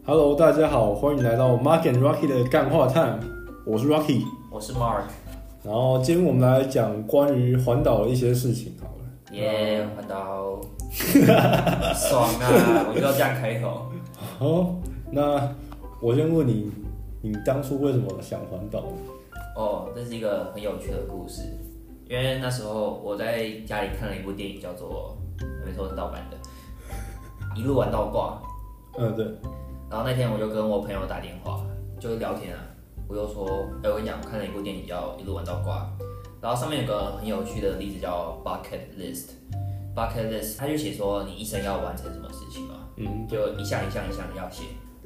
Hello， 大家好，欢迎来到 Mark and Rocky 的干话 time， 我是 Rocky， 我是 Mark。 然后今天我们来讲关于环岛的一些事情好了。 耶，环岛，爽啊！我就要这样开头。 好，那我先问你，你当初为什么想环岛？ 哦，这是一个很有趣的故事，因为那时候我在家里看了一部电影，叫做没错是盗版的《一路玩到挂》。 对。 然后那天我就跟我朋友打电话，就聊天啊，我就说，我跟你讲，我看了一部电影叫《一路玩到挂》，然后上面有个很有趣的例子叫 bucket list。bucket list， 他就写说你一生要完成什么事情嘛，就一项一项要写。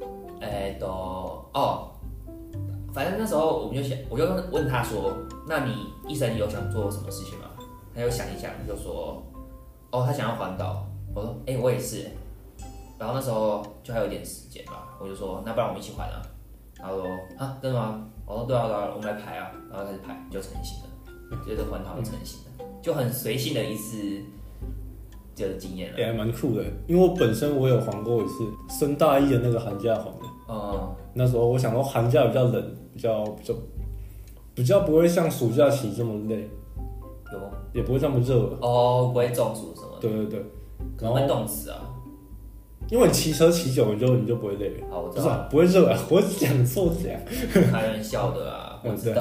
反正那时候我就问他说，那你一生有想做什么事情吗？他就想一想，就说，他想要环岛。我说，我也是。然后那时候就还有点时间吧，我就说，那不然我们一起环啊。然后说，啊，真的吗？我说对啊，我们来排啊。然后开始排，就成型了，就是环岛就成型了，就很随性的一次就是经验了。 还蛮酷的，因为我本身我有环过一次，升大一的那个寒假环的。那时候我想说寒假比较冷，比较不会像暑假期这么累， 有吗？ 也不会这么热。 不会中暑什么的。 对， 可能会冻死啊。 因为你骑车骑久你就不会累了。 好，我知道。 不是啊，不会热啊，我讲错讲。 开玩笑的啊，我知道。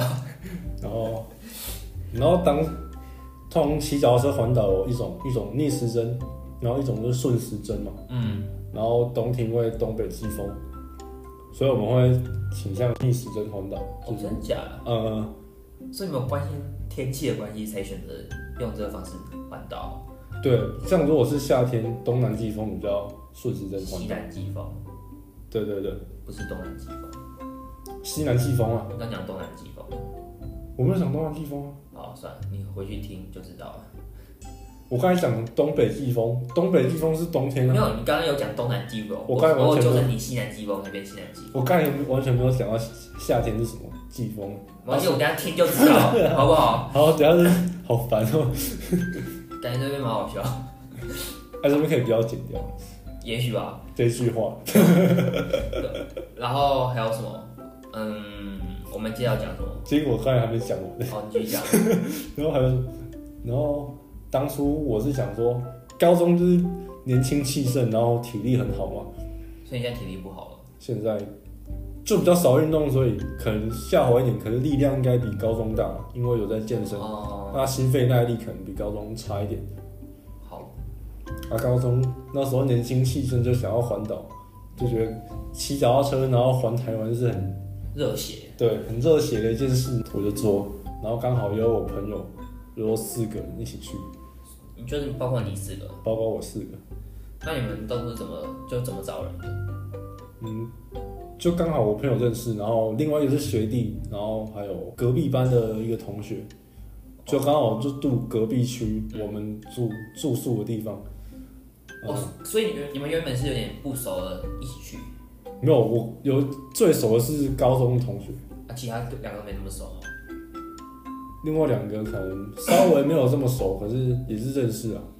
然后通常骑脚踏车环岛有一种逆时针，然后一种就是顺时针嘛。然后冬天因为东北季风，所以我们会倾向逆时针环岛。 真假的？所以没有关心天气的关系才选择用这个方式环岛。 对，像如果是夏天，东南季风比较顺时针环岛。 西南季风。 对， 不是东南季风。 西南季风啊。 你刚讲东南季风。 我没有讲东南季风啊。 好，算了，你回去听就知道了。 我刚才讲东北季风，东北季风是冬天啊。 没有，你刚刚有讲东南季风， 我刚才完全纠正你西南季风那边西南季风。 我刚才完全没有讲到夏天是什么季风。 没关系，我等一下听就知道，好不好？ 好，等一下好烦哦。 感觉这边蛮好笑。 这边可以不要剪掉。 也许吧。 这句话。 然后还有什么？我们接着要讲什么？ 结果我刚才还没讲完。 好，你继续讲。 然后当初我是想说，高中就是年轻气盛，然后体力很好嘛。 所以你现在体力不好了？ 现在就比较少运动，所以可能下滑一点，可是力量应该比高中大，因为有在健身。那心肺耐力可能比高中差一点。 好。 高中那时候年轻气盛，就想要环岛，就觉得骑脚踏车然后环台湾是很热血。 对，很热血的一件事，我就做。然后刚好有我朋友，有4个人一起去。 你就是包括你4个？ 包括我4个。 那你们都是怎么找人的？ 就刚好我朋友认识，然后另外一个是学弟，然后还有隔壁班的一个同学，就刚好就住隔壁区，我们住宿的地方。 所以你们原本是有点不熟的，一起去？ 没有，我有最熟的是高中同学。 其他2个没那么熟吗？ 另外2个可能稍微没有这么熟，可是也是认识啊。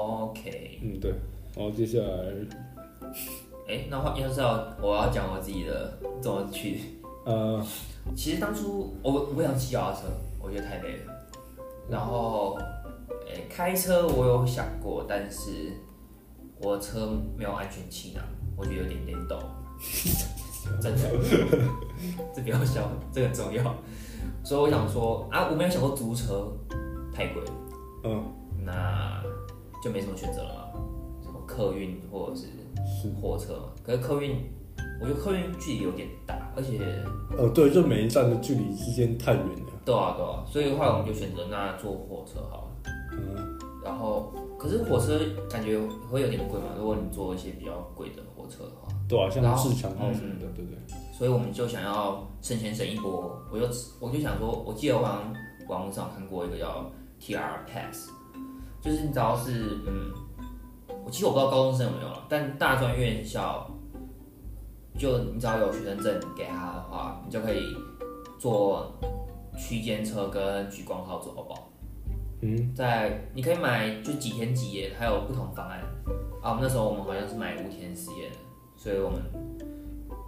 OK。 对。然后接下来， 那要是我要讲我自己的怎么去。其实当初我想骑脚踏车，我觉得太累了。然后，开车我有想过，但是我车没有安全气囊，我觉得有点抖。真的。这不要笑，这个很重要。所以我想说我没有想过租车，太贵了。那就没什么选择了嘛，什么客运或者是货车嘛。可是客运，我觉得客运距离有点大，而且对，就每一站的距离之间太远了。 对啊，所以后来我们就选择那坐火车好了。然后可是火车感觉会有点贵嘛，如果你坐一些比较贵的火车的话。 对啊，像自强号什么的，对不对？ 所以我们就想要省钱省一波，我就想说，我记得我好像网络上看过一个叫 TR Pass， 就是你只要是其实我不知道高中生有没有了，但大专院校就你只要有学生证给他的话，你就可以坐区间车跟莒光号走好不好？你可以买就几天几夜，还有不同方案。那时候我们好像是买5天4夜的，所以我们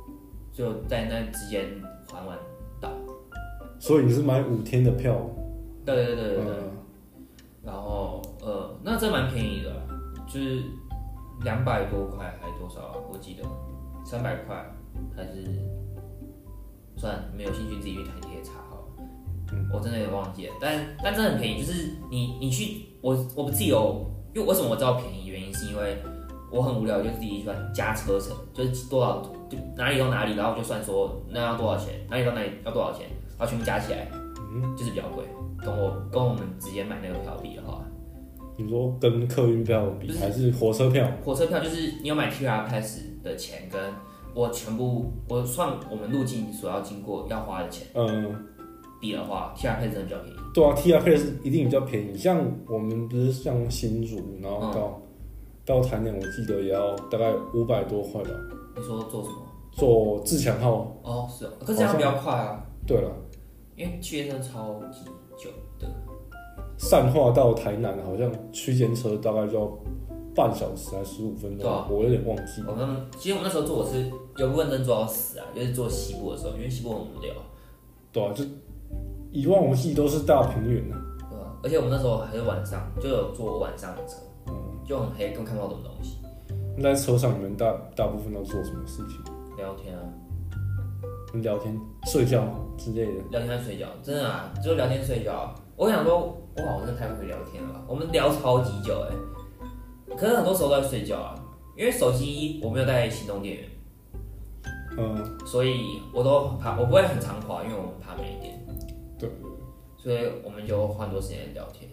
就在那之间环完岛。 所以你是买5天的票？ 对。然后那真蛮便宜的，就是200多块还是多少啊？我记得300块还是，算了，没有兴趣自己去台铁查好了。我真的有点忘记了，但真的很便宜，就是你去我自己有，因为为什么我知道便宜，原因是因为我很无聊，就自己喜欢加车程，就是多少就哪里到哪里，然后我就算说那要多少钱，哪里到哪里要多少钱，然后全部加起来，就是比较贵。跟我们直接买那个票比的话， 你说跟客运票比，还是火车票？ 火车票就是你有买 TR Pass 的钱，跟我算我们路径所要经过要花的钱，比的话 ，TR Pass 真的比较便宜。 对啊 ，TR Pass 一定比较便宜。像我们不是像新竹，然后到台南，我记得也要大概500多块吧。 你说坐什么？ 坐自强号。 哦，是哦，可是这样比较快啊。 对了， 因为区间车超级久的。 善化到台南好像区间车大概就要半小时还是15分钟，我有点忘记。 其实我那时候坐我是有部分真坐到死啊，就是坐西部的时候，因为西部很无聊。对啊，就以往我记都是大平原的。 对啊，而且我们那时候还是晚上，就有坐晚上的车，就很黑，根本看不到什么东西。 那在车上你们大部分都做什么事情？ 聊天啊。 聊天、睡觉之类的。 聊天和睡觉，真的啊，就聊天睡觉。我想说，哇，我真的太会聊天了吧！我们聊超级久可是很多时候都在睡觉啊，因为手机我没有带行动电源，所以我都怕，我不会很常滑，因为我怕没电。 对， 所以我们就花很多时间聊天。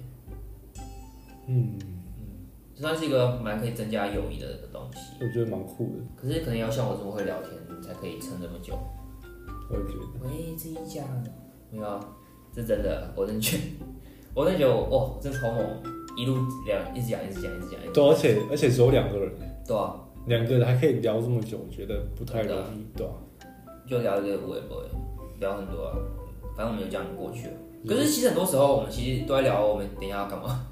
这算是一个蛮可以增加友谊的东西。 我觉得蛮酷的。 可是可能要像我这么会聊天，才可以撑这么久。 我也觉得。 喂，自己讲，没有，是真的，我真的觉得哇，真超猛，一路聊，一直讲。 对，而且只有2个人。 对啊 ，2个人还可以聊这么久，我觉得不太容易，对啊。 就聊一个微博，聊很多啊，反正我们就这样过去了。可是其实很多时候我们其实都在聊我们等一下要干嘛。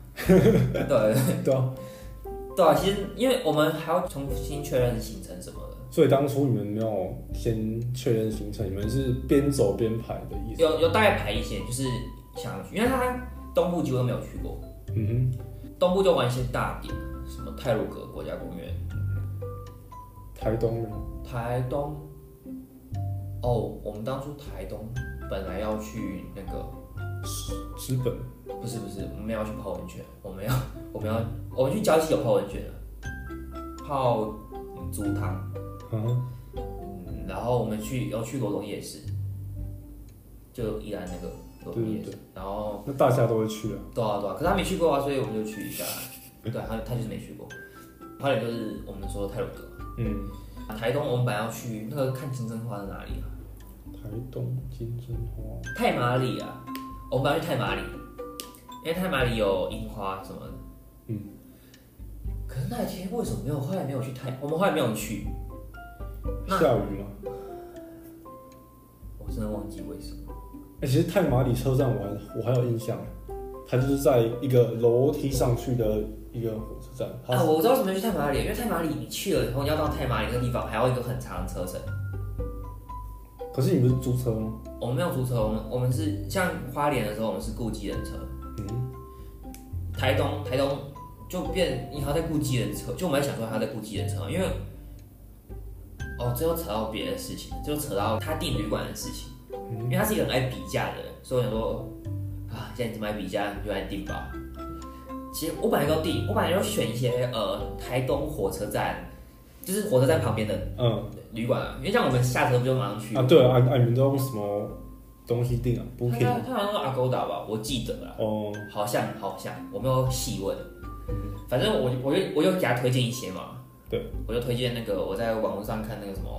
对啊，其实因为我们还要重新确认行程什么的。 所以当初你们没有先确认行程，你们是边走边排的意思？ 有大概排一些，就是想去，因为他东部几乎都没有去过。东部就玩一些大点，什么太鲁阁国家公园。 台东呢？ 台东，我们当初台东本来要去那个资本。 不是，我们要去泡温泉，我们去礁溪有泡温泉的，泡猪汤。然后我们有去罗东夜市，就宜兰那个罗东夜市。然后那大家都会去啊。 对啊，可是他没去过啊，所以我们就去一下。对，他就是没去过。花莲就是我们说的太鲁阁。台东我们本来要去那个看金针花在哪里啊？ 台东金针花。 太麻里啊，我们本来去太麻里，因为太麻里有樱花什么的。可是那一天为什么后来没有去我们后来没有去。 下雨吗？ 我真的忘记为什么。 其实太麻里车站我还有印象，它就是在一个楼梯上去的一个火车站。 我知道为什么要去太麻里，因为太麻里你去了以后，你要到太麻里那个地方还要一个很长的车程。 可是你不是租车吗？ 我们没有租车，我们是像花莲的时候，我们是雇机人车。台东就变你还要再雇机人车，就我们在想说还要再雇机人车，因为这又扯到别的事情，就扯到他订旅馆的事情。因为他是一个很爱比价的人，所以我想说既然你这么爱比价，你就来订吧。其实我本来要订，我本来要选一些台东火车站，就是火车站旁边的旅馆因为像我们下车不就马上去对啊，你们都用什么东西订啊 ？Booking？ 他好像用 Agoda 吧，我记得啦。好像，我没有细问。反正我就给他推荐一些嘛。 对， 我就推荐那个我在网络上看那个什么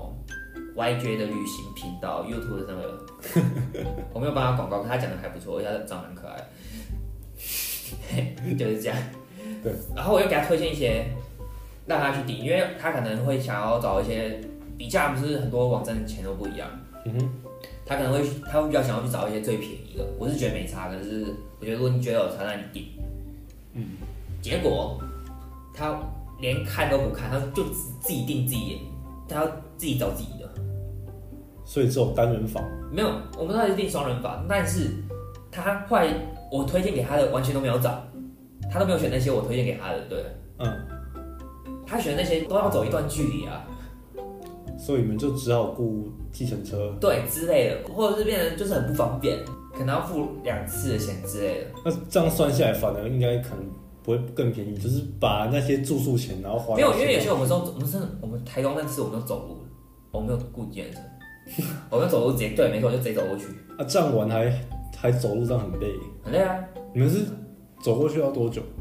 YJ 的旅行频道 YouTube 的那个，我没有帮他广告，可他讲的还不错，而且他长得很可爱，就是这样。 对， 然后我又给他推荐一些，让他去订，因为他可能会想要找一些比价，不是很多网站钱都不一样。他会比较想要去找一些最便宜的。我是觉得没差，可是我觉得如果你觉得有差，那你订。结果他连看都不看，他就自己订自己，他要自己找自己的。 所以只有单人房。 没有，我们那里是订双人房，但是他后来我推荐给他的完全都没有找，他都没有选那些我推荐给他的，对。他选的那些都要走一段距离啊。 所以你们就只好雇计程车， 对之类的，或者是变成就是很不方便，可能要付2次的钱之类的。 那这样算下来，反而应该可能不会更便宜，就是把那些住宿钱然后花。 没有，因为有些我们台东那次我们都走路，我没有雇计程车，我们走路直接对，没错，就直接走过去。 啊，这样玩还走路，这样很累。 很累啊！ 你们是走过去要多久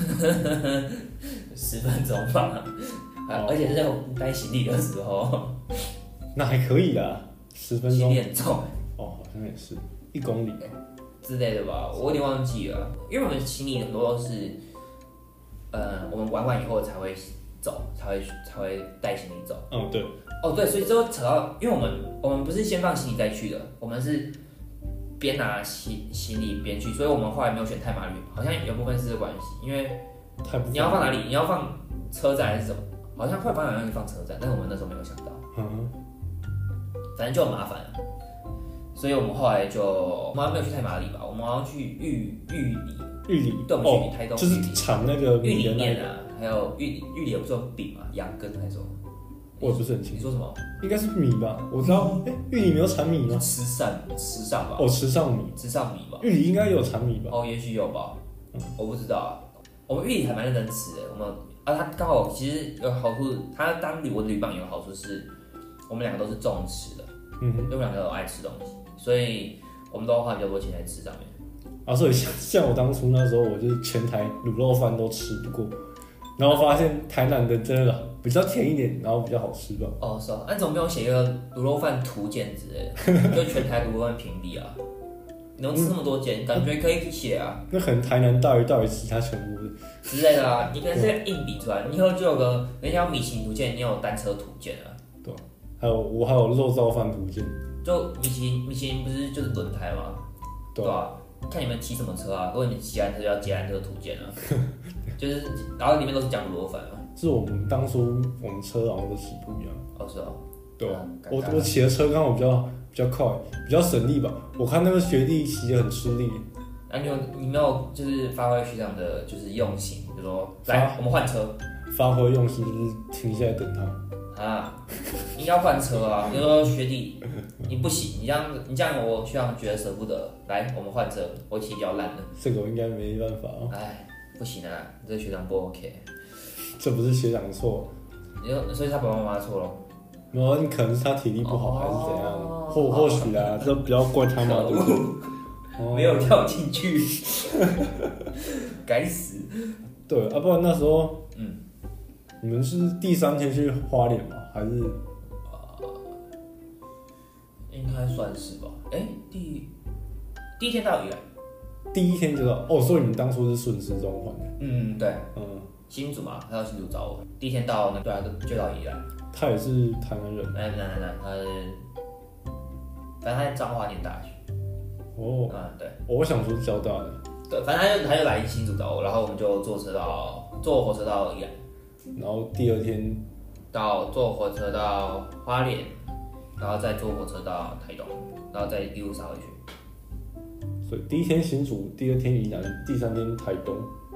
？10分钟吧。而且是在我带行李的时候， 那还可以啦，10分钟。 行李很重好像也是1公里之类的吧，我有点忘记了，因为我们行李很多都是，我们玩完以后才会走，才会带行李走。 对。 对，所以之后扯到，因为我们不是先放行李再去的，我们是边拿行李边去，所以我们后来没有选太麻里，好像有部分是这个关系，因为你要放哪里？你要放车站还是什么？好像快帮你放车站，但是我们那时候没有想到，反正就很麻烦，所以我们后来我们没有去太麻里吧，我们好像去玉里，对，我们去台东， 就是产那个玉里面啊，还有玉里有不是有饼嘛，羊羹还是什么？ 我也不是很清楚。 你说什么？ 应该是米吧？我知道，玉里没有产米吗？ 池上吧？ 池上米吧？玉里应该有产米吧？ 也许有吧，我不知道啊。我们玉里还蛮认真吃的，它刚好其实有好处，它当我的旅伴有好处是，我们2个都是重吃的，因为我们2个都爱吃东西，所以我们都要花比较多钱在吃上面。 所以像我当初那时候，我就是全台卤肉饭都吃不过，然后发现台南的真的比较甜一点，然后比较好吃吧。 是啊，那怎么没有写一个卤肉饭图鉴之类的，就全台卤肉饭评比啊？你能吃那么多间，感觉可以写啊。 那可能台南大于其他全部之类的啊，你可能是硬比出来，你以后就有个人家有米其林图鉴，你有单车图鉴啊。 对，还有肉燥饭图鉴。 就米其林不是就是轮胎吗？对啊，看你们骑什么车啊？如果你骑单车就要捷安特图鉴啊，就是然后里面都是讲卤肉饭啊。 是我们当初我们车好像都骑不一样。 是哦。 对啊，我骑的车刚好比较快，比较省力吧。我看那个学弟骑得很吃力。 你没有就是发挥学长的就是用心，比如说来我们换车， 发挥用心就是停下来等他啊，应该换车啊。比如说学弟你不行，你这样我学长觉得舍不得，来我们换车，我骑比较烂的。 这个我应该没办法不行啊，你这学长不 OK。 这不是学长的错， 所以他爸爸妈妈错了。 没有，你可能是他体力不好还是怎样，或许啊，这不要怪他嘛，对不对？ 没有跳进去，该死。 对不然那时候，你们是第3天去花莲吗？还是？ 应该算是吧。第一天到宜兰。 第1天就到所以你们当初是顺时钟换的。 对。新竹嘛，他到新竹找我。第1天到对啊，就到宜兰。 他也是台南人。 来，他是，反正他在彰化念大学。对。 我想说交大的。 对，反正他就来新竹找我，然后我们就坐火车到宜兰， 然后第2天坐火车到花莲，然后再坐火车到台东，然后再一路杀回去。 所以第1天新竹，第2天宜兰，第3天台东。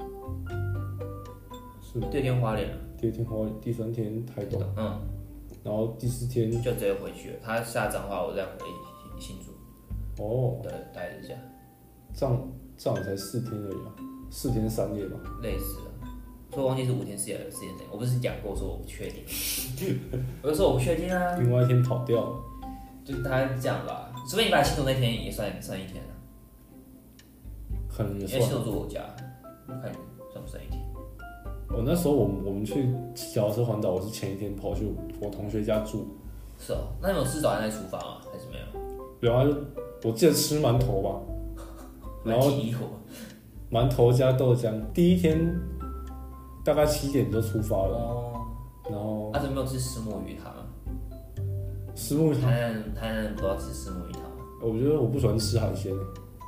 是第2天花莲。 第2天花莲，第3天台东。然后第4天就直接回去了。他下彰化，我再回新竹。对，大概是这样。这样也才4天而已啊，4天3夜吧。 类似的，所以我忘记是5天4夜还是4天3夜。我不是讲过说我不确定，我就说我不确定啊。 另外1天跑掉了， 就大概这样吧。除非你把新竹那天也算1天啊。 可能也算。 因为新竹住我家，看算不算1天。 那时候我们去脚踏车环岛，我是前1天跑去我同学家住。 是哦，那你有吃早餐再出发吗？还是没有？ 有啊，我记得吃馒头吧，然后馒头加豆浆。第1天大概7点就出发了，然后怎么没有吃虱目鱼汤啊？ 虱目鱼汤， 台南人不要吃虱目鱼汤。 我觉得我不喜欢吃海鲜。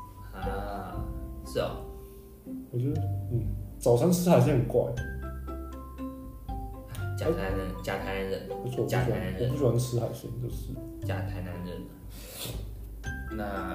是哦。 我觉得早餐吃海鲜很怪。 假台南人， 不错，假台南人，我不喜欢吃海鲜，就是假台南人。那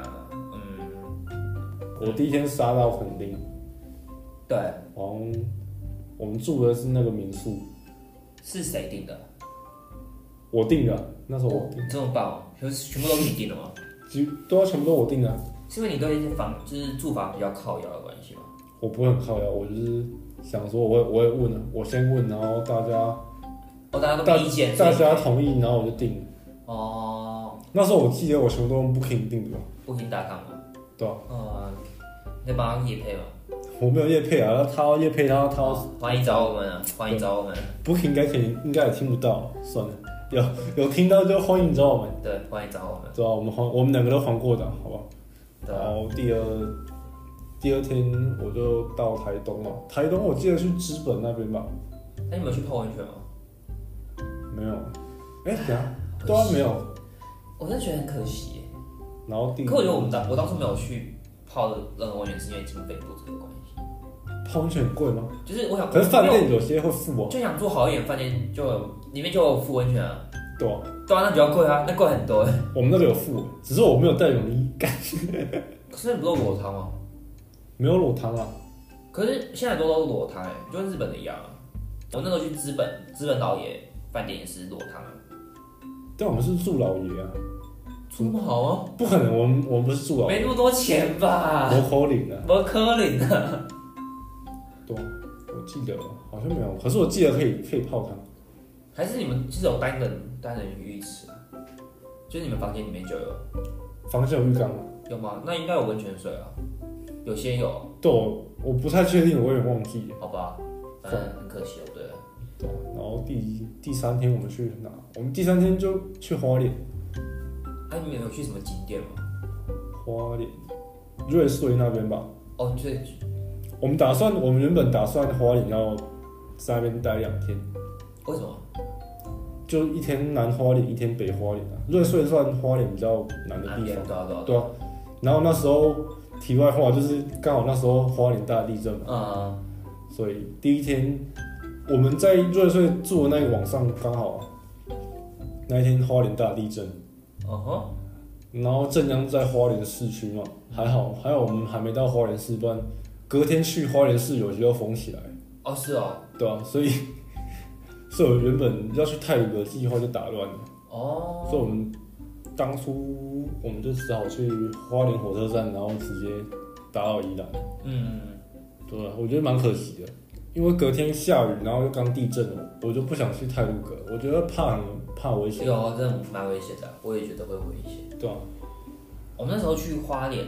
我第一天杀到垦丁， 对， 我们住的是那个民宿， 是谁订的？ 我订的，那时候我订。 这么棒，全部都是你订的吗？ 全部都我订的。 是因为你对就是住房比较靠腰的关系吗？ 我不会很靠腰，我就是想说我会问了，我先问，然后大家都没意见， 大家同意，然后我就订了。 哦。 那时候我记得我全部都用 Booking 订的吧 ？Booking.com 吗？ 对啊。 你在帮他业配吗？ 我没有业配啊，他要业配他欢迎找我们啊，欢迎找我们。 Booking 应该也听不到，算了，有听到就欢迎找我们。 对，欢迎找我们。 对啊，我们两个都还过的，好不好？ 对啊。 然后第二天我就到台东了，台东我记得去知本那边吧。 你们有去泡温泉吗？ 没有。等下，对啊，没有。 我真的觉得很可惜。 然后可我觉得我当初没有去泡任何温泉，是因为经费不足的关系。 泡温泉很贵吗？ 就是我想， 可是饭店有些会付哦。 就想住好一点饭店，里面就有付温泉啊。 对啊， 那比较贵啊，那贵很多。 我们那个有付，只是我没有带泳衣干。 可是不是裸汤吗？ 没有裸汤啊。 可是现在都是裸汤就跟日本的一样啊。我那时候去资本老爷饭店也是裸汤啊。 但我们是住老爷啊。 住不好啊？ 不可能，我们不是住老爷。 没那么多钱吧？ 没可能啊。 没可能啊。 对，我记得好像没有，可是我记得可以泡汤。 还是你们是有单人浴池啊？就是你们房间里面就有。 房间有浴缸吗？ 有吗？那应该有温泉水啊。有些有。 对，我不太确定，我有点忘记了。 好吧，反正很可惜对。 对，然后第三天我们去哪？我们第三天就去花莲。 你们有去什么景点吗？ 花莲、瑞穗那边吧。 对。 我们原本打算花莲要在那边待2天。 为什么？ 就一天南花莲，一天北花莲啊。瑞穗算花莲比较南的地方。对啊。然后那时候题外话就是刚好那时候花莲大地震嘛。所以第一天我们在瑞穗住的那个晚上刚好那一天花莲大地震。然后正央在花莲市区嘛，还好我们还没到花莲市，不然隔天去花莲市有些要封起来。 是哦。 对啊，所以我原本要去泰鲁的计划就打乱了。所以我们当初就只好去花莲火车站，然后直接搭到宜兰。对啊，我觉得蛮可惜的，因为隔天下雨，然后又刚地震了，我就不想去泰鲁阁，我觉得怕危险。 有，真的蛮危险的，我也觉得会危险。 对啊。 我们那时候去花莲，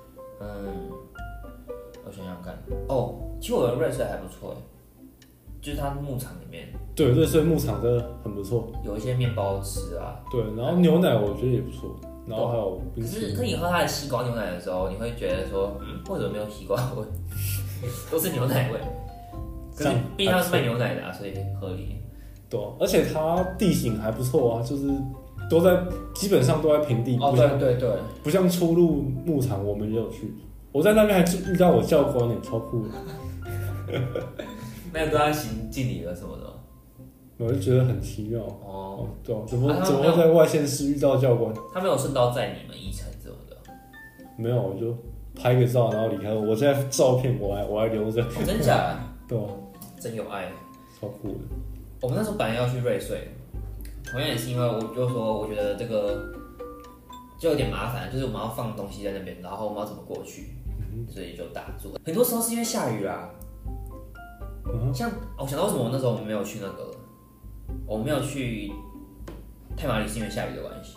我想想看，其实我的瑞穗还不错就是它牧场里面。对， 瑞穗牧场真的很不错， 有一些面包吃啊。 对，然后牛奶我觉得也不错，然后还有冰淇淋。 可是你喝它的西瓜牛奶的时候，你会觉得说，为什么没有西瓜味？都是牛奶味。可是毕竟它是卖牛奶的啊，所以合理。 对啊，而且它地形还不错啊，就是基本上都在平地。 对。 不像初入牧场，我们也有去。我在那边还遇到我教官超酷的。 那个对他行敬礼了什么的， 我就觉得很奇妙。对啊，怎么会在外县市遇到教官？ 他没有顺道载你们一程什么的？ 没有，我就拍个照然后离开。我现在照片我还留着。 真假？ 对啊， 真有爱， 超酷的。 我们那时候本来要去瑞穗，同样也是因为我就说，我觉得这个就有点麻烦，就是我们要放东西在那边，然后我们要怎么过去，所以就打住。很多时候是因为下雨啦。像我想到为什么那时候我们没有去那个，我没有去太麻里是因为下雨的关系。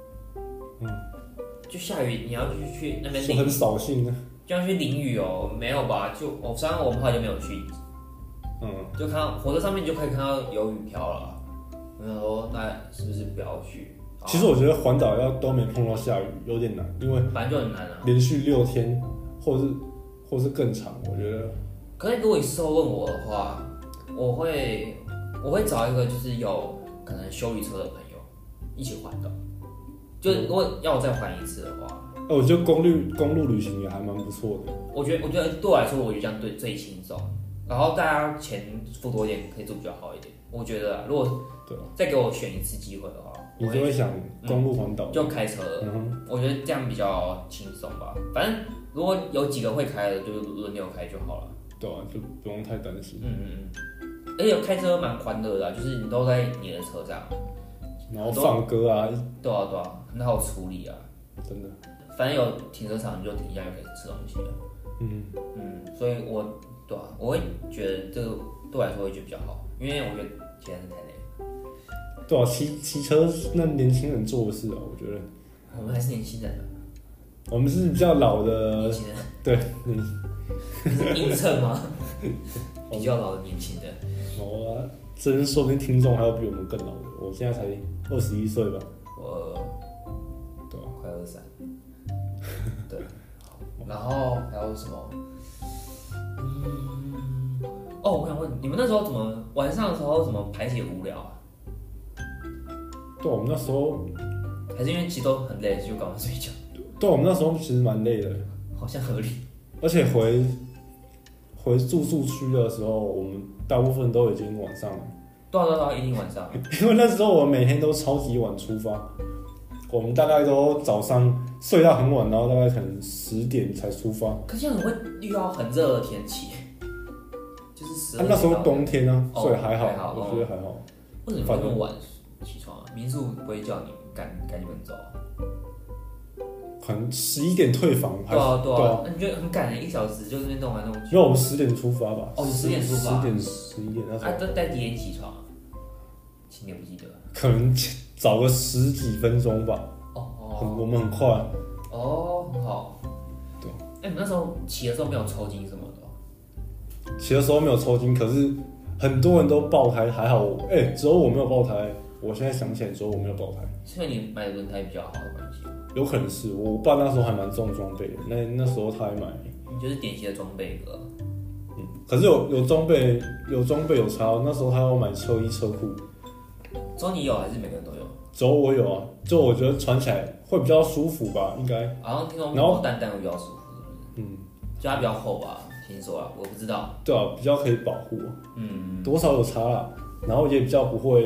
就下雨你要去那边淋雨， 很扫兴啊。 就要去淋雨没有吧？虽然我们后来就没有去。就看到火车上面就可以看到有雨飘了，我想说那是不是不要去？ 其实我觉得环岛都没碰到下雨有点难，因为反正就很难啊。 连续6天，或是更长，我觉得。 可是如果你事后问我的话，我会找一个就是有可能休旅车的朋友一起环岛。就如果要我再环一次的话， 我觉得公路旅行也还蛮不错的。 我觉得对我来说，我觉得这样最轻松。 然后大家钱付多一点，可以做比较好一点。我觉得如果再给我选一次机会的话， 你就会想公路环岛， 就开车。我觉得这样比较轻松吧。反正如果有几个会开的，就轮流开就好了。 对啊，就不用太担心。 而且开车蛮欢乐的就是你都在你的车上， 然后放歌啊。 对啊，很好处理啊。 真的。 反正有停车场你就停一下就可以吃东西了。所以我会觉得这个对我来说会觉得比较好，因为我觉得骑单车太累了。 对啊，骑车那年轻人做的事啊，我觉得。 我们还是年轻人啊。 我们是比较老的年轻人。 对， 是硬测吗？比较老的年轻人。 哦啊，真说不定听众还有比我们更老的。我现在才21岁吧。 对啊，快23。对。然后还有什么？我想问你们那时候怎么晚上的时候怎么排解无聊啊？ 对，我们那时候还是因为其实都很累，就赶快睡觉。 对，我们那时候其实蛮累的， 好像合理。 而且回住宿区的时候，我们大部分都已经晚上了。 对啊，一定晚上。 因为那时候我们每天都超级晚出发，我们大概都早上睡到很晚，然后大概可能10点才出发。 可是这样你会遇到很热的天气，就是那时候冬天啊，所以还好，我觉得还好。 为什么那么晚起床啊？民宿不会叫你赶你们走啊？ 可能11点退房， 对啊，那你觉得很赶1小时就那边弄来弄去。 因为我们10点出发吧。 10点出发。 10点11点那时候。 都带几点起床啊？7点不记得。 可能早个10几分钟吧。我们很快。 很好。对。你们那时候骑的时候没有抽筋什么的？ 骑的时候没有抽筋，可是很多人都爆胎，还好只有我没有爆胎。我现在想起来，只有我没有爆胎。 是因为你买的轮胎比较好的关系。 有可能是我爸那时候还蛮重装备的，那时候他还买。 你就是典型的装备哥。 可是有装备有差。那时候他要买车衣车裤。 只有你有还是每个人都有？ 只有我有啊，就我觉得穿起来会比较舒服吧，应该。 好像听说毛蛋蛋会比较舒服，是不是？就它比较厚吧，听说啊，我不知道。 对啊，比较可以保护。多少有差啦，然后也比较不会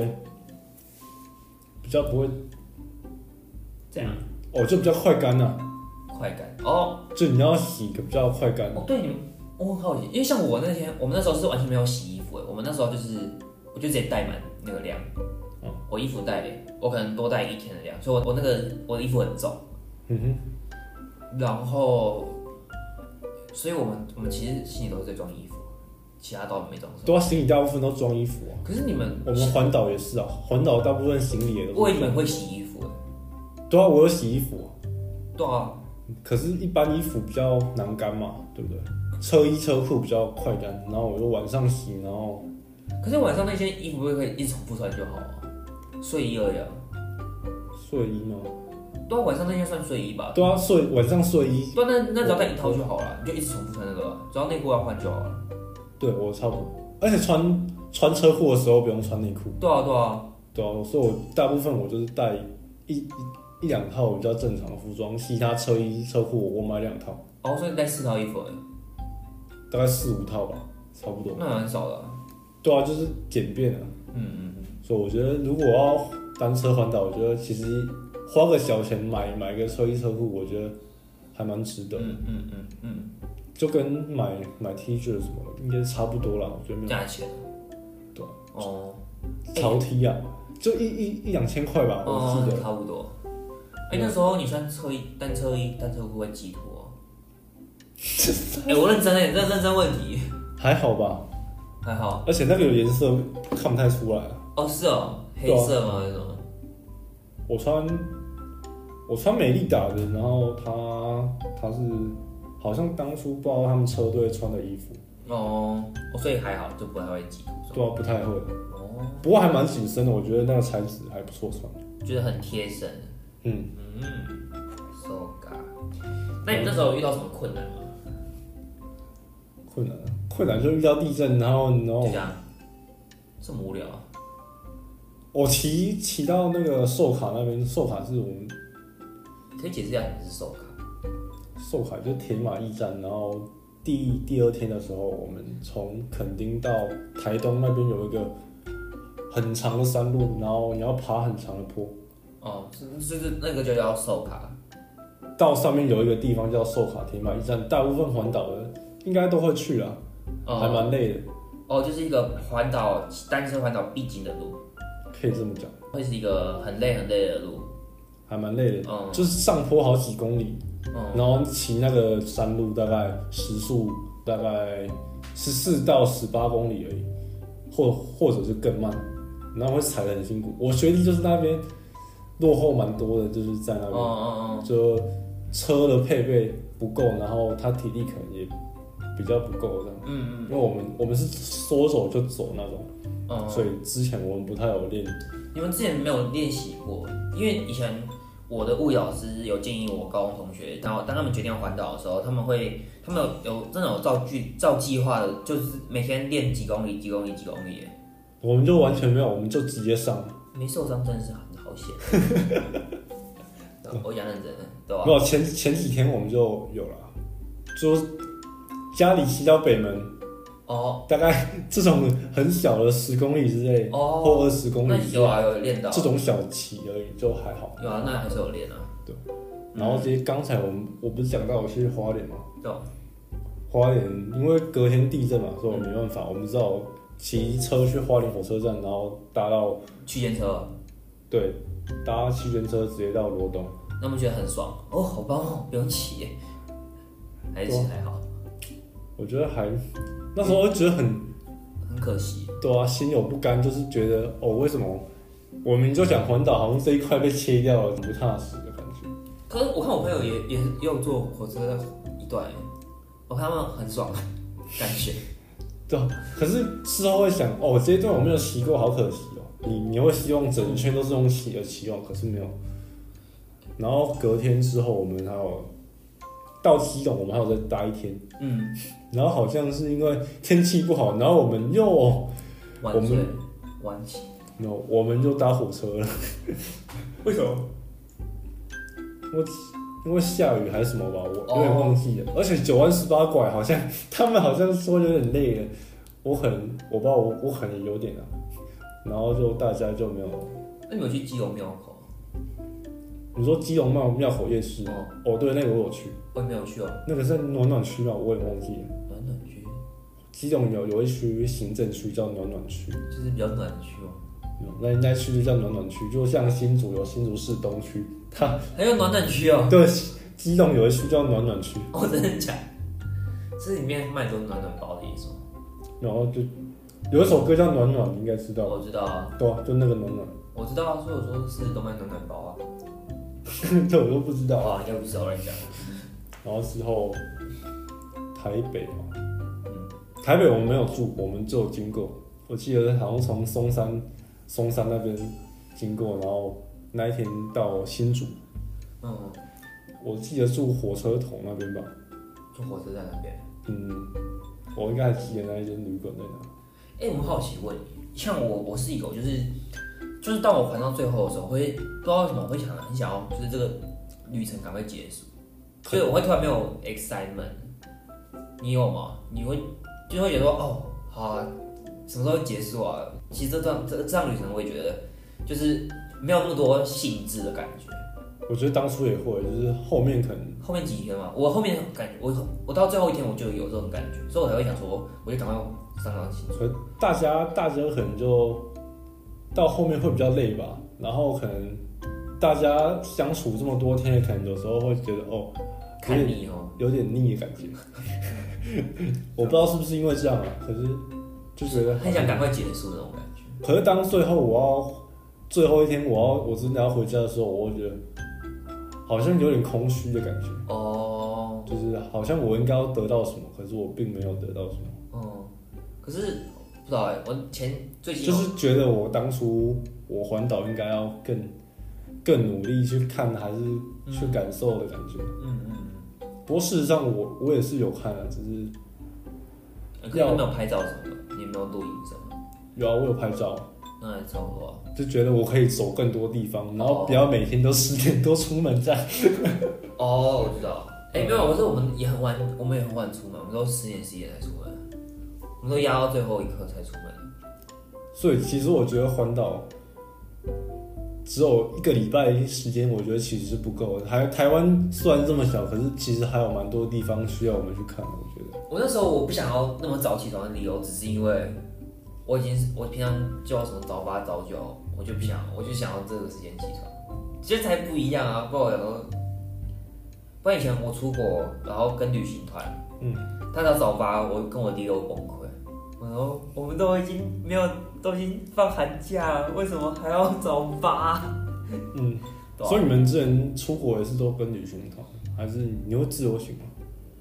这样。 就比较快干啊。 快干就你要洗个比较快干。 对，你们我很好奇，因为像我们那时候是完全没有洗衣服，我们那时候我就直接带满那个量。我衣服我可能多带1天的量，所以我的衣服很重。然后，所以我们其实行李都是在装衣服，其他都没装。 对啊，行李大部分都装衣服啊。 可是我们环岛也是啊，环岛大部分行李也都是。 我以为你们会洗衣服。 对啊，我有洗衣服。 对啊。 可是，一般衣服比较难干嘛，对不对？车衣车裤比较快干，然后我就晚上洗，然后。 可是晚上那些衣服不可以一直重复穿就好啊？睡衣而已啊。 睡衣吗？ 对啊，晚上那些算睡衣吧？ 对啊，晚上睡衣。 对啊，那只要带1套就好了，你就一直重复穿那个，只要内裤要换就好了。 对，我差不多。而且穿车裤的时候不用穿内裤。 对啊。 所以我大部分我就是带一两套比较正常的服装，其他车衣车裤我买2套。 所以你带4套衣服大概4、5套吧，差不多。 那蛮少的啊。 对啊，就是简便啊。所以我觉得如果要单车环岛，我觉得其实花个小钱买个车衣车裤，我觉得还蛮值得。就跟买 T 恤什么的应该差不多啦，我觉得没有。 价钱。 对。潮 T 啊，就1、2千块吧，我记得。 差不多。那时候你穿单车裤会挤脱？我认真认真问题。 还好吧。 还好。 而且那个有颜色看不太出来。 是哦，黑色吗？还是什么？ 我穿美利达的，然后他是好像当初不知道他们车队穿的衣服。 所以还好，就不太会挤。 对啊，不太会。不过还蛮紧身的，我觉得那个材质还不错穿。 觉得很贴身。So god。那你那时候有遇到什么困难吗？ 困难就遇到地震，然后就这样，这么无聊啊！ 我骑到那个寿卡那边，寿卡是我们可以解释一下什么是寿卡？ 寿卡就是铁马驿站，然后第二天的时候，我们从垦丁到台东那边有一个很长的山路，然后你要爬很长的坡。 哦，就是那个就叫寿卡。 到上面有一个地方叫寿卡铁马驿站，大部分环岛的应该都会去啊，还蛮累的。 哦，就是一个单车环岛必经的路， 可以这么讲。 会是一个很累的路， 还蛮累的。就是上坡好几公里，然后骑那个山路大概时速大概14到18公里而已，或者是更慢，然后会踩得很辛苦。我学弟就是那边落后蛮多的，就是在那边，就车的配备不够，然后他体力可能也比较不够这样。因为我们是说走就走那种，所以之前我们不太有练。 你们之前没有练习过，因为以前我的物理老师有建议我高中同学，然后当他们决定要环岛的时候，他们有真的有照计划的，就是每天练几公里。 我们就完全没有，我们就直接上。 没受伤真的是很好险。我讲认真的，对吧？ 没有前几天我们就有了，就家里骑到北门。大概这种很小的10公里之类，或20公里， 那有练到这种小骑而已，就还好。 有啊，那还是有练啊。 对，然后刚才我不是讲到我去花莲吗？ 对。 花莲因为隔天地震嘛，所以我没办法，我们只好骑车去花莲火车站，然后搭到区间车。对， 搭区间车直接到罗东。 那么觉得很爽哦，好棒哦，不用骑耶，还好。 我觉得那时候觉得很可惜， 对啊，心有不甘，就是觉得为什么我们就想环岛，好像这一块被切掉了，很不踏实的感觉。 可是我看我朋友也有坐火车一段，我看他们很爽，感觉。 对，可是事后会想，这一段我没有骑过，好可惜哦。你会希望整圈都是用骑而骑完，可是没有。然后隔天之后，我们还有到基隆，我们还有再搭一天。然后好像是因为天气不好，然后我们晚起， 我们就搭火车了。 为什么？ 因为下雨还是什么吧，我有点忘记了。而且9弯18拐，好像他们好像说有点累了，我不知道我可能有点啊。然后就大家就没有。 那你有去基隆庙口？ 你说基隆庙口夜市？对，那个我有去。 我也没有去哦。 那个是暖暖区吗？我也忘记了。 暖区。基隆有一区行政区叫暖暖区， 就是比较暖的区哦。 那区就叫暖暖区，就像新竹有新竹市东区，它还有暖暖区哦。 对，基隆有一区叫暖暖区。 真的假的？这里面卖多暖暖包的意思吗？ 然后就有一首歌叫暖暖，你应该知道。 我知道啊。 对啊，就那个暖暖。 我知道啊，所以我说是都卖暖暖包啊。 这我都不知道啊，应该不知道乱讲。 然后之后台北嘛，台北我们没有住，我们就经过。我记得好像从松山那边经过，然后那一天到新竹。我记得住火车头那边吧。 住火车站那边。 我应该还记得那一间旅馆在哪。 我很好奇问你，像我是一个就是当我环到最后的时候，不知道为什么我会很想要，就是这个旅程赶快结束，所以我会突然没有 excitement。你有吗？你会觉得说好啊，什么时候结束啊？其实这趟旅程我也觉得就是没有那么多兴致的感觉。 我觉得当初也会，就是后面几天嘛，我后面感觉我到最后一天我就有这种感觉，所以我才会想说，我就赶快上清楚。 所以大家可能就到后面会比较累吧，然后可能大家相处这么多天，可能有时候会觉得看腻有点腻的感觉。我不知道是不是因为这样啊，可是就觉得很想赶快结束那种感觉。 可是当最后一天我真的要回家的时候，我会觉得好像有点空虚的感觉。就是好像我应该要得到什么，可是我并没有得到什么。 可是不知道我最近就是觉得我当初我环岛应该要更努力去看，还是去感受的感觉。不过事实上我也是有看的，只是可是你没有拍照什么的，你有没有录影什么？ 有啊，我有拍照。 那还差不多啊。 就觉得我可以走更多地方，然后不要每天都10点多出门这样。 我知道。 没有，可是我们也很晚出门，我们都10点11点才出门，我们都压到最后一刻才出门。 所以其实我觉得环岛只有1个礼拜时间，我觉得其实是不够的。台湾虽然这么小，可是其实还有蛮多地方需要我们去看的。我觉得我那时候我不想要那么早起床的理由，只是因为我平常叫什么早8早9，我就想要这个时间起床，这才不一样啊！不然以前我出国，然后跟旅行团，他到早8，我跟我弟都崩溃。我说我们都已经放寒假了，为什么还要早8？ 所以你们之前出国也是都跟旅行团，还是你会自由行吗？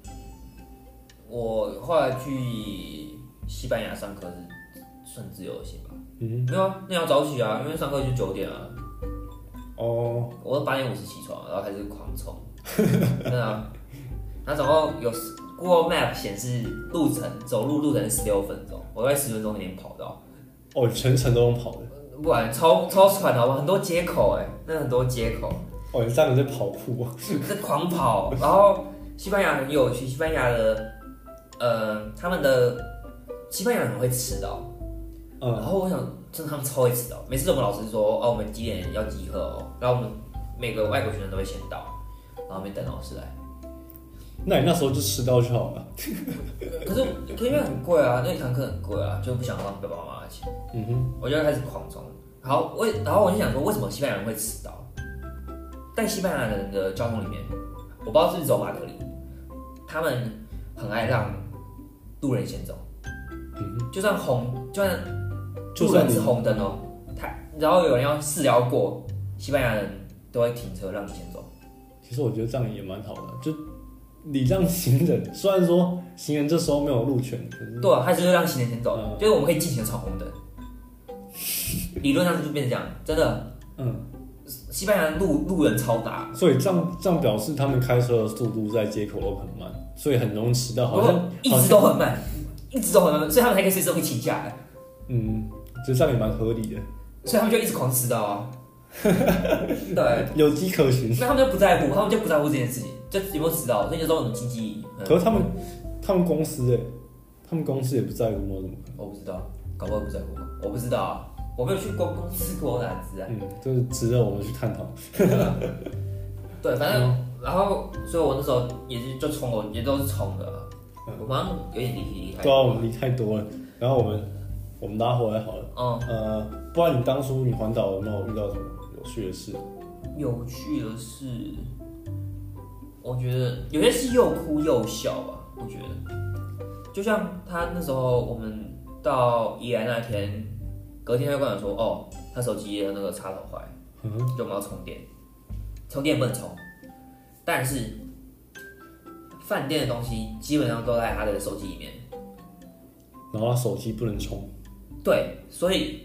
我后来去西班牙上课是算自由行吧。没有啊，那要早起啊，因为上课就9点啊。哦。我8点50起床，然后开始狂冲。真的啊。它总共有 Google Map 显示走路路程16分钟，我在10分钟内跑到。 哦，全程都用跑的。 不然超喘好不好？很多街口那很多街口。 哦，你这样在跑酷啊？ 在狂跑，然后西班牙很有趣，西班牙的他们的西班牙人很会迟到。然后我想，真的他们超会迟到。每次我们老师说，我们几点要集合哦，然后我们每个外国学生都会先到，然后没等老师来。 那你那时候就迟到就好了。 可是因为很贵啊，那一堂课很贵啊，就不想浪费爸爸妈妈的钱。我就开始狂冲。然后我就想说，为什么西班牙人会迟到？在西班牙人的交通里面，我不知道是不是走马德里，他们很爱让路人先走。就算路人是红灯哦，然后有人要4聊过，西班牙人都会停车让你先走。 其实我觉得这样也蛮好的，就礼让行人。虽然说行人这时候没有路权，可是对啊，他只是让行人先走，就是我们可以尽情闯红灯。理论上就变成这样，真的。西班牙路人超大， 所以这样表示他们开车的速度在街口都很慢，所以很容易迟到，好像一直都很慢，所以他们才可以随时会停下来。 就这样也蛮合理的。 所以他们就一直狂迟到啊。对， 有迹可循。 那他们就不在乎这件事情，就有没有迟到，所以就说我们经济意义。 可是他们公司他们公司也不在乎吗？怎么可能？ 我不知道，搞不好不在乎，我不知道啊，我没有去过公司过，我哪知啊？ 就是值得我们去探讨。 对，反正然后，所以我那时候也是就冲，也都是冲的。我好像有点离太多。 对啊，我们离太多了。然后我们拉回来好了。不然你当初你环岛有没有遇到什么有趣的事？ 有趣的事，我觉得有些是又哭又笑吧。我觉得，就像他那时候我们到宜兰那天，隔天他就跟我说，他手机的那个插头坏，就我们要充电，充电不能充，但是饭店的东西基本上都在他的手机里面， 然后他手机不能充。 对，所以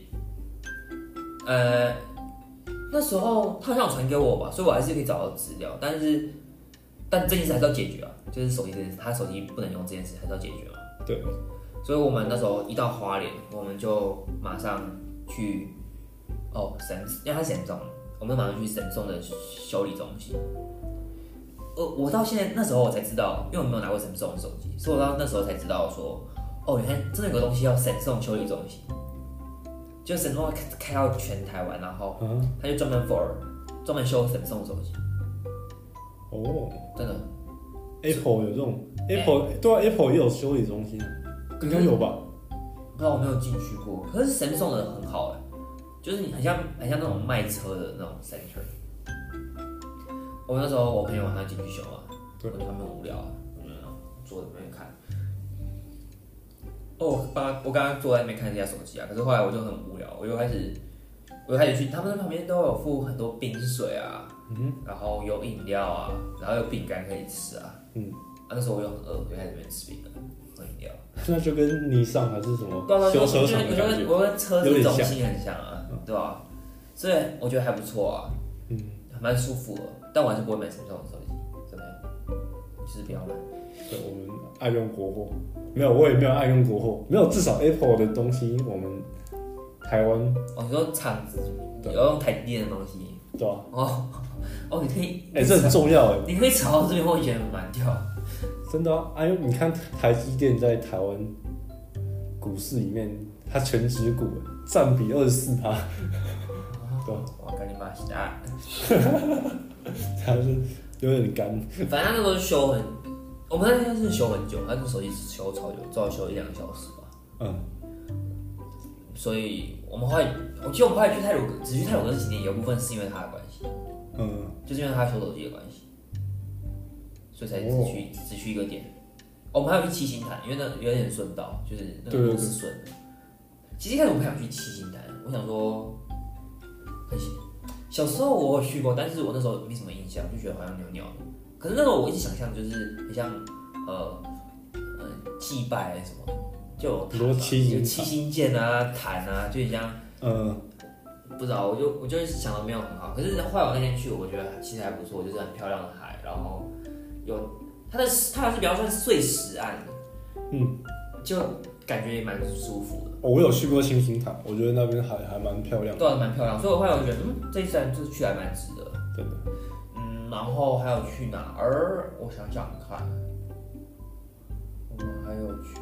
那时候他好像有传给我吧，所以我还是可以找到资料，但这件事还是要解决啊，就是手机这件事，他手机不能用这件事还是要解决嘛。 对， 所以我们那时候一到花莲，我们就马上去因为他是Samsung，我们马上去Samsung的修理中心。我到现在那时候我才知道，因为我没有拿过Samsung的手机，所以我到那时候才知道说，原来真的有个东西叫Samsung修理中心，就Samsung开到全台湾，然后他就专门修Samsung手机。真的 ，Apple 有这种 Apple 对啊 ，Apple 也有修理中心，应该有吧？ 不知道，我没有进去过。可是Samsung的很好就是你很像那种卖车的那种 center。我那时候我朋友晚上进去修嘛，我就他们无聊，我就坐在那边看。我刚刚坐在那边看人家手机啊，可是后来我就很无聊，我就开始去，他们那旁边都有附很多冰水啊，然后有饮料啊，然后有饼干可以吃啊，那时候我又很饿，我就开始在那边吃饼干、喝饮料。 那就跟尼桑还是什么修车厂的感觉， 我跟车子中心很像啊，对吧？所以我觉得还不错啊，蛮舒服的。但我还是不会买Samsung的手机，真的，就是不要买。 对，我们爱用国货，没有，我也没有爱用国货，没有，至少 Apple 的东西我们台湾你说厂子有用台积电的东西， 对吧？ 你可以， 这很重要你可以炒到这边，我觉得蛮屌。 真的啊！你看台积电在台湾股市里面，它全指股占比24%，对吧？ 我跟你妈瞎， 它是有点干。 反正那个修我们那天是修很久，他那手机修超久，至少修1-2个小时吧。所以我们后来去泰鲁阁，只去泰鲁阁这几年，有部分是因为他的关系，就是因为他修手机的关系，所以才只去一个点。我们还有去七星潭，因为那有点顺道，就是那个路是顺的。其实一开始我不想去七星潭，我想说，小时候我有去过，但是我那时候没什么印象，就觉得好像鸟鸟的。可是那时候我一直想象就是很像祭拜还是什么，就有很多七星剑啊、坛啊，就很像不知道，我就想的没有很好。可是后来我那天去，我觉得其实还不错，就是很漂亮的海，然后它还是比较算碎石岸的，就感觉也蛮舒服的。 我有去过星星潭，我觉得那边还蛮漂亮的， 对，蛮漂亮。所以我后来我就觉得，这一站就是去还蛮值得的， 真的。 然后还有去哪儿？我想想看，我们还有去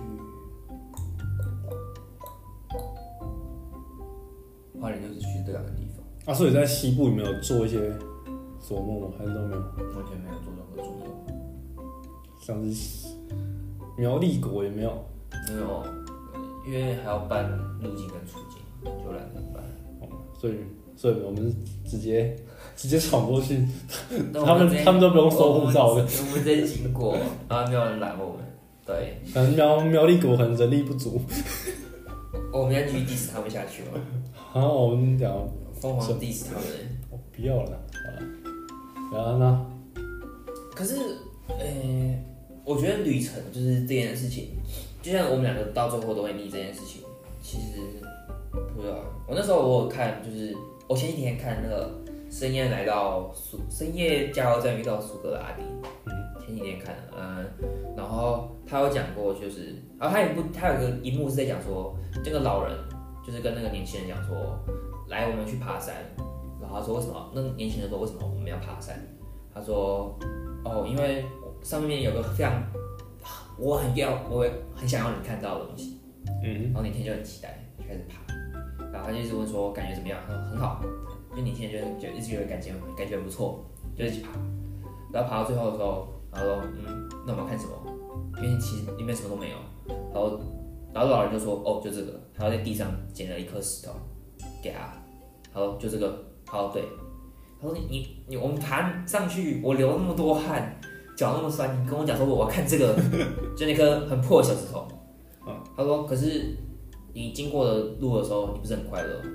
花莲，就是去这2个地方。 所以在西部有没有做一些琢磨吗？还是都没有？ 完全没有做任何琢磨。 像是苗栗国也没有。 没有，因为还要办入境跟出境，就懒得办。 所以我们直接闯过去，他们都不用收护照的。 我们直接经过，然后没有人拦我们。对， 可能苗栗国可能人力不足。 我们要继续 diss 他们下去吗？ 好，我们讲疯狂 diss 他们。 不要了，然后呢？ 可是，我觉得旅程就是这件事情，就像我们2个到最后都会腻这件事情。其实不知道，我那时候我有看，就是我前几天看那个深夜加油站遇到苏格拉底，前几天看的，然后他有讲过，就是然后他有个一幕是在讲说，这个老人就是跟那个年轻人讲说，来我们去爬山，然后他说为什么？那年轻人说为什么我们要爬山？他说因为上面有个非常我很想要你看到的东西，然后那天就很期待，就开始爬，然后他就一直问说感觉怎么样？很好，就那天就一直觉得感觉很不错，就一起爬，然后爬到最后的时候，然后说那我们要看什么？因为其实里面什么都没有，然后老人就说就这个，他在地上捡了一颗石头给他，他说就这个，好对，他说我们爬上去，我流那么多汗。脚那么酸，你跟我讲说我要看这个，就那颗很破的小石头。他说，可是你经过的路的时候，你不是很快乐？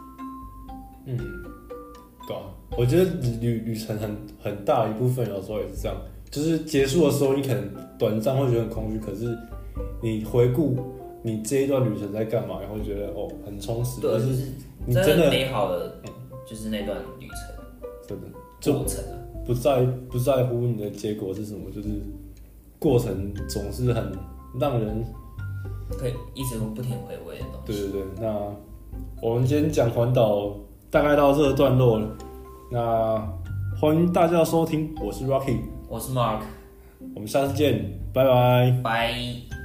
对啊，我觉得旅程很大一部分有时候也是这样，就是结束的时候你可能短暂会觉得很空虚，可是你回顾你这一段旅程在干嘛，然后会觉得很充实。 对， 就是你真的美好的，就是那段旅程， 真的过程啊。 不在乎你的结果是什么，就是过程总是很让人可以一直不停回味的东西。对，那我们今天讲环岛大概到这个段落了，那欢迎大家收听，我是 Rocky， 我是 Mark， 我们下次见，拜拜， 拜。